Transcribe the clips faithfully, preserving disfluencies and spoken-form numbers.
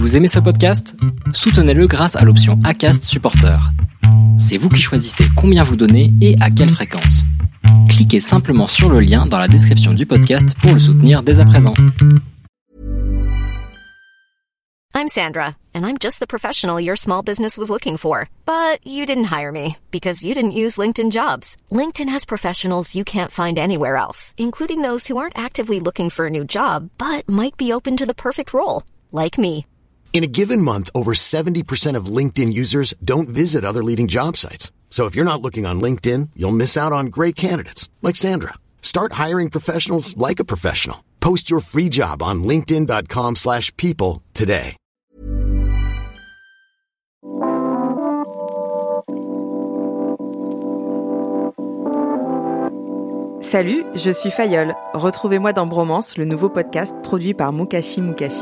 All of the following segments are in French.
Vous aimez ce podcast ? Soutenez-le grâce à l'option Acast Supporter. C'est vous qui choisissez combien vous donnez et à quelle fréquence. Cliquez simplement sur le lien dans la description du podcast pour le soutenir dès à présent. I'm Sandra, and I'm just the professional your small business was looking for. But you didn't hire me because you didn't use LinkedIn Jobs. LinkedIn has professionals you can't find anywhere else, including those who aren't actively looking for a new job, but might be open to the perfect role, like me. In a given month, over seventy percent of LinkedIn users don't visit other leading job sites. So if you're not looking on LinkedIn, you'll miss out on great candidates, like Sandra. Start hiring professionals like a professional. Post your free job on linkedin.com slash people today. Salut, je suis Fayol. Retrouvez-moi dans Bromance, le nouveau podcast produit par Mukashi Mukashi.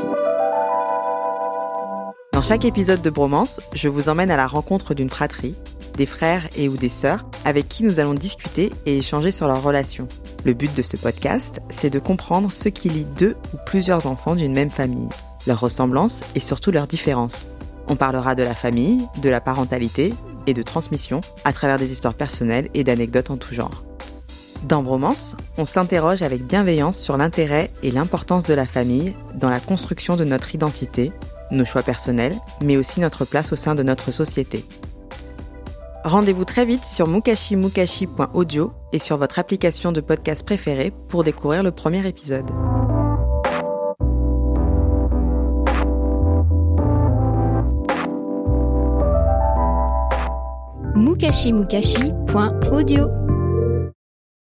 Dans chaque épisode de Bromance, je vous emmène à la rencontre d'une fratrie, des frères et ou des sœurs, avec qui nous allons discuter et échanger sur leurs relations. Le but de ce podcast, c'est de comprendre ce qui lie deux ou plusieurs enfants d'une même famille, leurs ressemblances et surtout leurs différences. On parlera de la famille, de la parentalité et de transmission à travers des histoires personnelles et d'anecdotes en tout genre. Dans Bromance, on s'interroge avec bienveillance sur l'intérêt et l'importance de la famille dans la construction de notre identité, nos choix personnels, mais aussi notre place au sein de notre société. Rendez-vous très vite sur mukashi mukashi point audio et sur votre application de podcast préférée pour découvrir le premier épisode. mukashi mukashi point audio